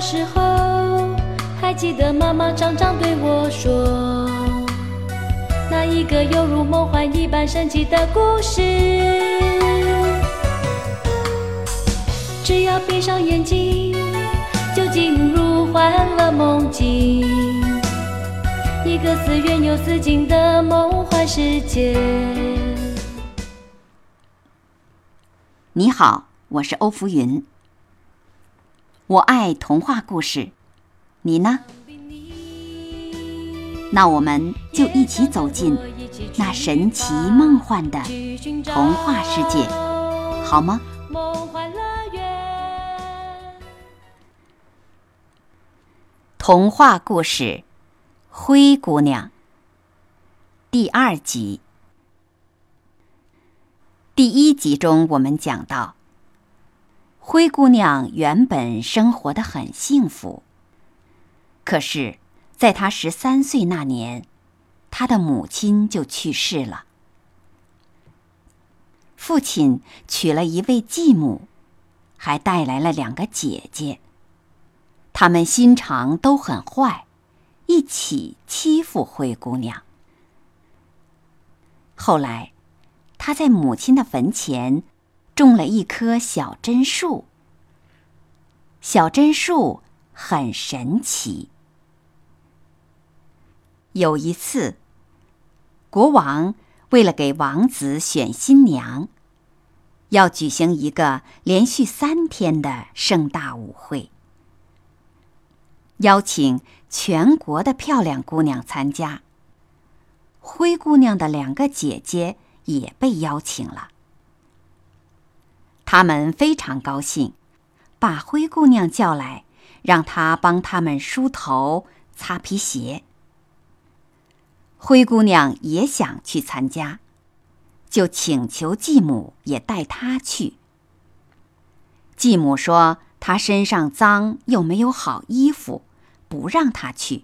时候，还记得妈妈常常对我说，那一个犹如梦幻一般神奇的故事。只要闭上眼睛，就进入欢乐梦境，一个似远又似近的梦幻世界。 你好，我是欧福云。我爱童话故事，你呢？那我们就一起走进那神奇梦幻的童话世界，好吗？童话故事《灰姑娘》第2集。第1集中我们讲到，灰姑娘原本生活得很幸福，可是在她13岁那年，她的母亲就去世了。父亲娶了一位继母，还带来了2个姐姐，她们心肠都很坏，一起欺负灰姑娘。后来她在母亲的坟前种了一棵小榛树。小榛树很神奇。有一次，国王为了给王子选新娘，要举行一个连续3天的盛大舞会，邀请全国的漂亮姑娘参加。灰姑娘的2个姐姐也被邀请了。她们非常高兴，把灰姑娘叫来，让她帮她们梳头、擦皮鞋。灰姑娘也想去参加，就请求继母也带她去。继母说她身上脏又没有好衣服，不让她去。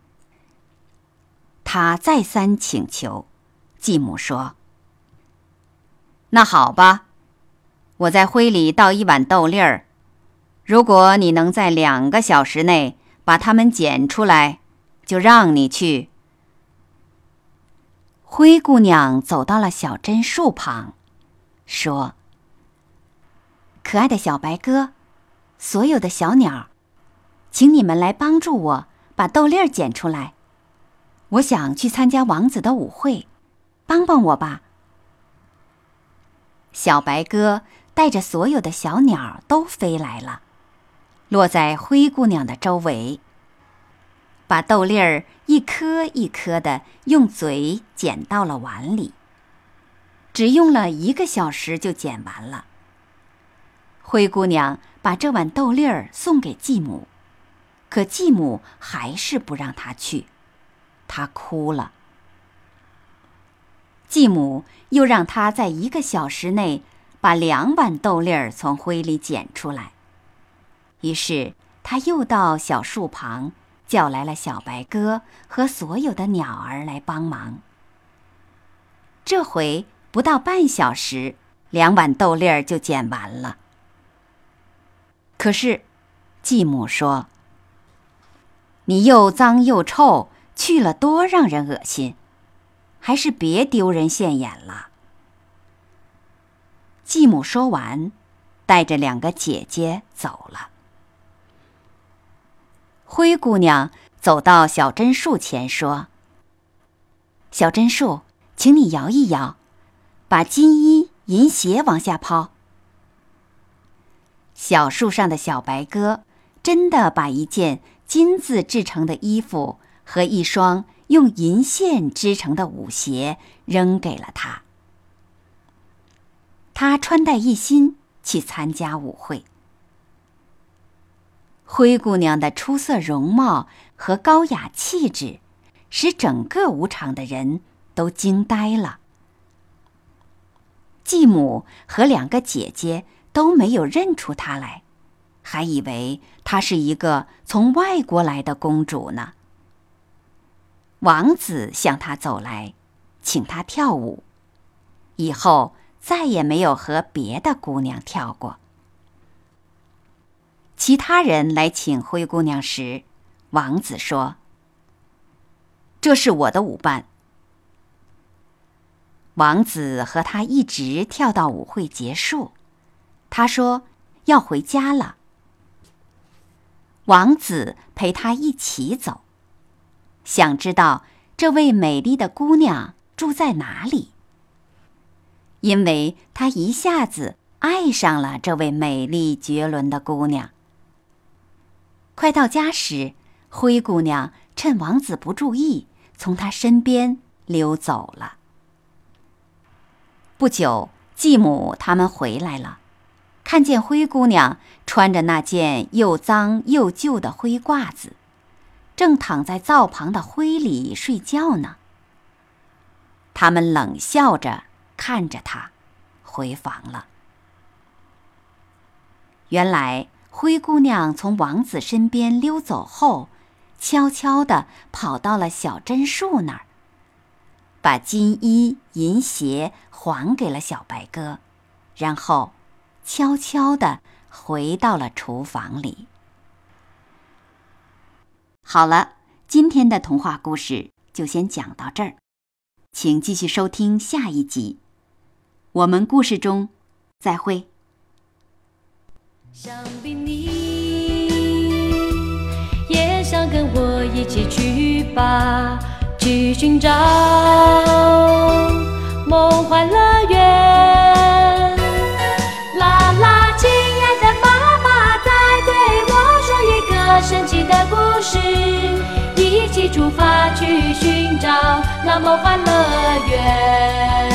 她再三请求，继母说：“那好吧，我在灰里倒一碗豆粒儿，如果你能在2个小时内把它们捡出来，就让你去。”灰姑娘走到了小榛树旁，说：“可爱的小白鸽，所有的小鸟，请你们来帮助我把豆粒儿捡出来。我想去参加王子的舞会，帮帮我吧。”小白鸽带着所有的小鸟都飞来了，落在灰姑娘的周围，把豆粒儿一颗一颗地用嘴捡到了碗里。只用了1个小时就捡完了。灰姑娘把这碗豆粒儿送给继母，可继母还是不让她去，她哭了。继母又让她在1个小时内把2碗豆粒儿从灰里捡出来。于是她又到小树旁，叫来了小白鸽和所有的鸟儿来帮忙。这回不到半小时，2碗豆粒儿就捡完了。可是继母说：“你又脏又臭，去了多让人恶心，还是别丢人现眼了。”继母说完，带着2个姐姐走了。灰姑娘走到小榛树前说：“小榛树，请你摇一摇，把金衣银鞋往下抛。”小树上的小白鸽真的把一件金子制成的衣服和一双用银线织成的舞鞋扔给了她。她穿戴一新去参加舞会。灰姑娘的出色容貌和高雅气质，使整个舞场的人都惊呆了。继母和2个姐姐都没有认出她来，还以为她是一个从外国来的公主呢。王子向她走来，请她跳舞，以后再也没有和别的姑娘跳过。 其他人来请灰姑娘时，王子说：“这是我的舞伴。”王子和他一直跳到舞会结束。他说要回家了。王子陪他一起走，想知道这位美丽的姑娘住在哪里，因为他一下子爱上了这位美丽绝伦的姑娘。快到家时，灰姑娘趁王子不注意，从他身边溜走了。不久，继母他们回来了，看见灰姑娘穿着那件又脏又旧的灰褂子，正躺在灶旁的灰里睡觉呢。他们冷笑着看着她，回房了。原来灰姑娘从王子身边溜走后，悄悄地跑到了小榛树那儿，把金衣银鞋还给了小白鸽，然后悄悄地回到了厨房里。好了，今天的童话故事就先讲到这儿，请继续收听下一集。我们故事中再会。 想必你也想跟我一起去吧，去寻找梦幻乐园。啦啦，亲爱的妈妈在对我说一个神奇的故事，一起出发去寻找那梦幻乐园。